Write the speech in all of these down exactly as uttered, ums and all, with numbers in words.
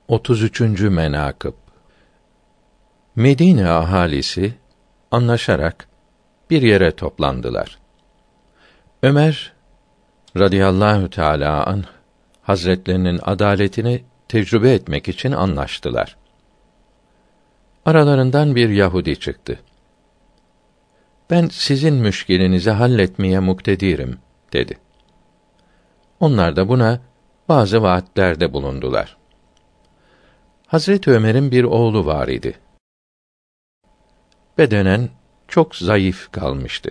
otuz üçüncü menakıb. Medine ahalisi anlaşarak bir yere toplandılar. Ömer radıyallahu teâlâ anh hazretlerinin adaletini tecrübe etmek için anlaştılar. Aralarından bir Yahudi çıktı. Ben sizin müşkilinizi halletmeye muktedirim dedi. Onlar da buna bazı vaatlerde bulundular. Hazreti Ömer'in bir oğlu var idi. Bedenen çok zayıf kalmıştı.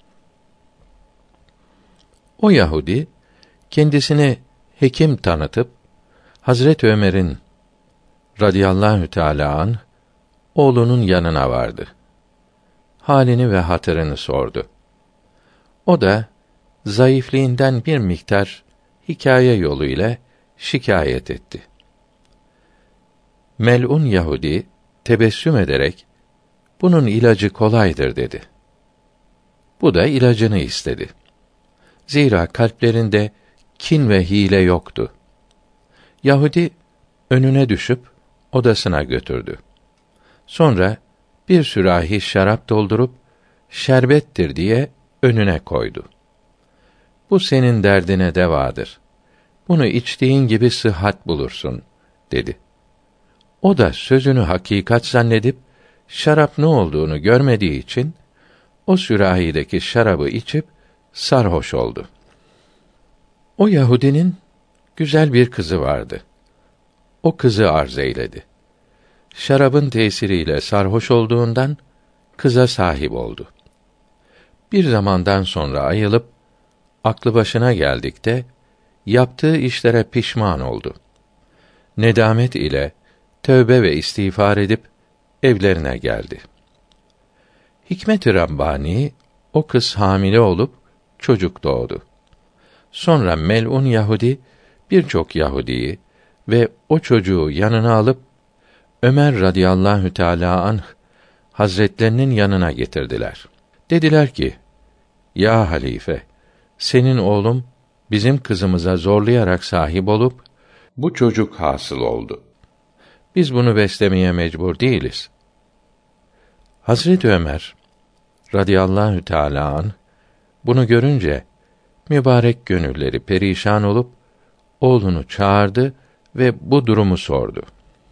O Yahudi kendisini hekim tanıtıp Hazreti Ömer'in radıyallahu teâlâ anh oğlunun yanına vardı. Halini ve hatırını sordu. O da zayıflığından bir miktar hikaye yoluyla şikayet etti. Mel'un Yahudi tebessüm ederek bunun ilacı kolaydır dedi. Bu da ilacını istedi. Zira kalplerinde kin ve hile yoktu. Yahudi önüne düşüp odasına götürdü. Sonra bir sürahi şarap doldurup şerbettir diye önüne koydu. Bu senin derdine devadır. Bunu içtiğin gibi sıhhat bulursun dedi. O da sözünü hakikat zannedip şarap ne olduğunu görmediği için o sürahideki şarabı içip sarhoş oldu. O Yahudinin güzel bir kızı vardı. O kızı arz eyledi. Şarabın tesiriyle sarhoş olduğundan kıza sahip oldu. Bir zamandan sonra ayılıp aklı başına geldikte yaptığı işlere pişman oldu. Nedamet ile tövbe ve istiğfar edip evlerine geldi. Hikmet-i Rabbani o kız hamile olup çocuk doğdu. Sonra mel'un Yahudi birçok Yahudiyi ve o çocuğu yanına alıp Ömer radıyallahu teâlâ anh hazretlerinin yanına getirdiler. Dediler ki: Ya halife, senin oğlum bizim kızımıza zorlayarak sahip olup bu çocuk hasıl oldu. Biz bunu beslemeye mecbur değiliz. Hazreti Ömer radıyallahu teâlâ anh bunu görünce mübarek gönülleri perişan olup oğlunu çağırdı ve bu durumu sordu.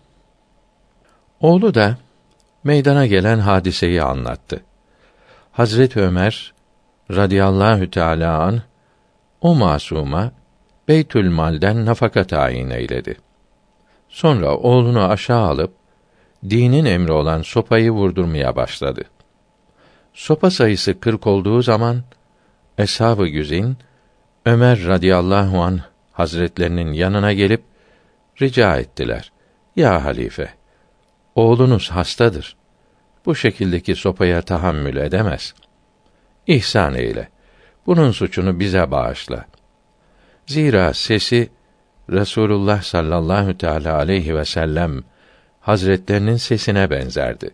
Oğlu da meydana gelen hadiseyi anlattı. Hazreti Ömer radıyallahu teâlâ anh o masuma Beytülmal'den nafaka tayin eyledi. Sonra oğlunu aşağı alıp dinin emri olan sopayı vurdurmaya başladı. Sopa sayısı kırk olduğu zaman Eshab-ı Güzin Ömer radıyallahu anh hazretlerinin yanına gelip rica ettiler. Ya halife, oğlunuz hastadır. Bu şekildeki sopaya tahammül edemez. İhsan eyle. Bunun suçunu bize bağışla. Zira sesi Resulullah sallallahu teâlâ aleyhi ve sellem hazretlerinin sesine benzerdi.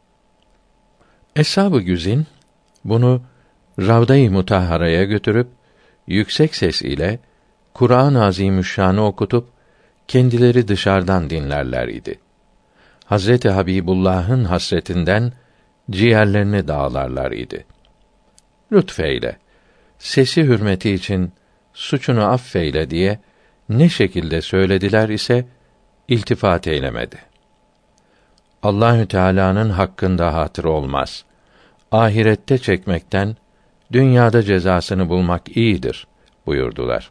Eshab-ı Güzin bunu Ravda-i Mutahhara'ya götürüp yüksek ses ile Kur'an-ı Azimüşşan'ı okutup kendileri dışarıdan dinlerler idi. Hazreti Habibullah'ın hasretinden ciğerlerini dağlarlar idi. Lütfeyle, sesi hürmeti için suçunu affeyle diye ne şekilde söylediler ise iltifat eylemedi. Allahü Teala'nın hakkında hatırı olmaz. Ahirette çekmekten dünyada cezasını bulmak iyidir buyurdular.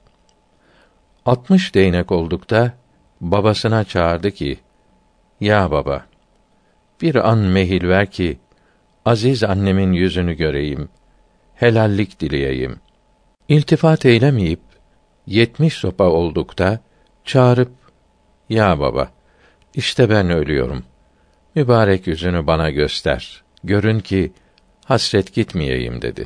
Altmış değnek oldukta babasına çağırdı ki: Ya baba, bir an mehil ver ki aziz annemin yüzünü göreyim, helallik dileyeyim. İltifat eylemeyip yetmiş sopa oldukta çağırıp: Ya baba, işte ben ölüyorum. Mübarek yüzünü bana göster. Görün ki hasret gitmeyeyim dedi.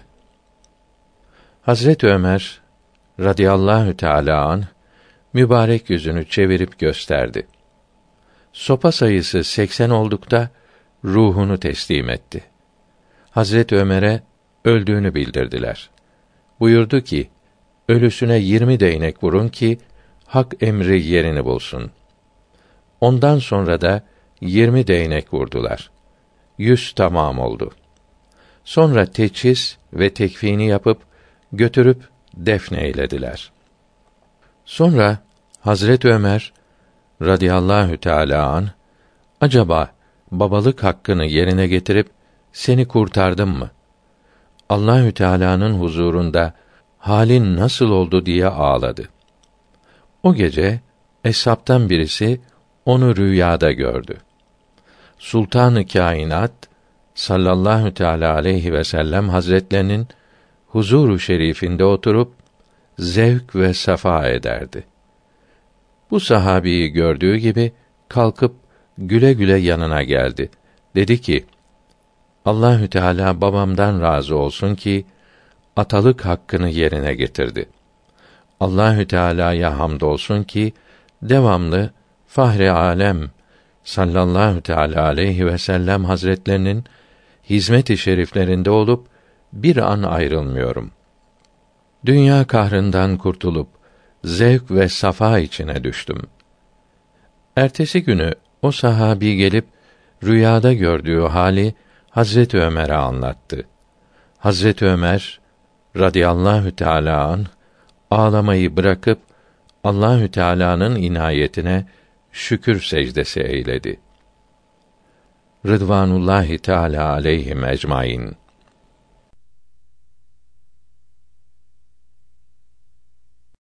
Hazret Ömer radıyallahu teâlâ anh mübarek yüzünü çevirip gösterdi. Sopa sayısı seksen oldukta ruhunu teslim etti. Hazret Ömer'e öldüğünü bildirdiler. Buyurdu ki: Ölüsüne yirmi değnek vurun ki hak emri yerini bulsun. Ondan sonra da yirmi değnek vurdular. Yüz tamam oldu. Sonra teçhiz ve tekfini yapıp götürüp defneylediler. Sonra Hazret Ömer radıyallahu teâlâ anh, acaba babalık hakkını yerine getirip seni kurtardım mı? Allahü Teala'nın huzurunda halin nasıl oldu diye ağladı. O gece eshabtan birisi onu rüyada gördü. Sultan-ı Kainat sallallahu teâlâ aleyhi ve sellem hazretlerinin huzuru şerifinde oturup zevk ve safa ederdi. Bu sahabiyi gördüğü gibi kalkıp güle güle yanına geldi. Dedi ki: Allahü Teala babamdan razı olsun ki atalık hakkını yerine getirdi. Allahü Teala'ya hamdolsun ki devamlı Fahri Alem sallallahu teâlâ aleyhi ve sellem hazretlerinin hizmet-i şeriflerinde olup bir an ayrılmıyorum. Dünya kahrından kurtulup zevk ve safa içine düştüm. Ertesi günü o sahabi gelip rüyada gördüğü hali Hazreti Ömer'e anlattı. Hazreti Ömer radıyallahu teâlâ anh ağlamayı bırakıp Allahü Teala'nın inayetine şükür secdesi eyledi. Rıdvanullahi Teala aleyhim ecmaîn.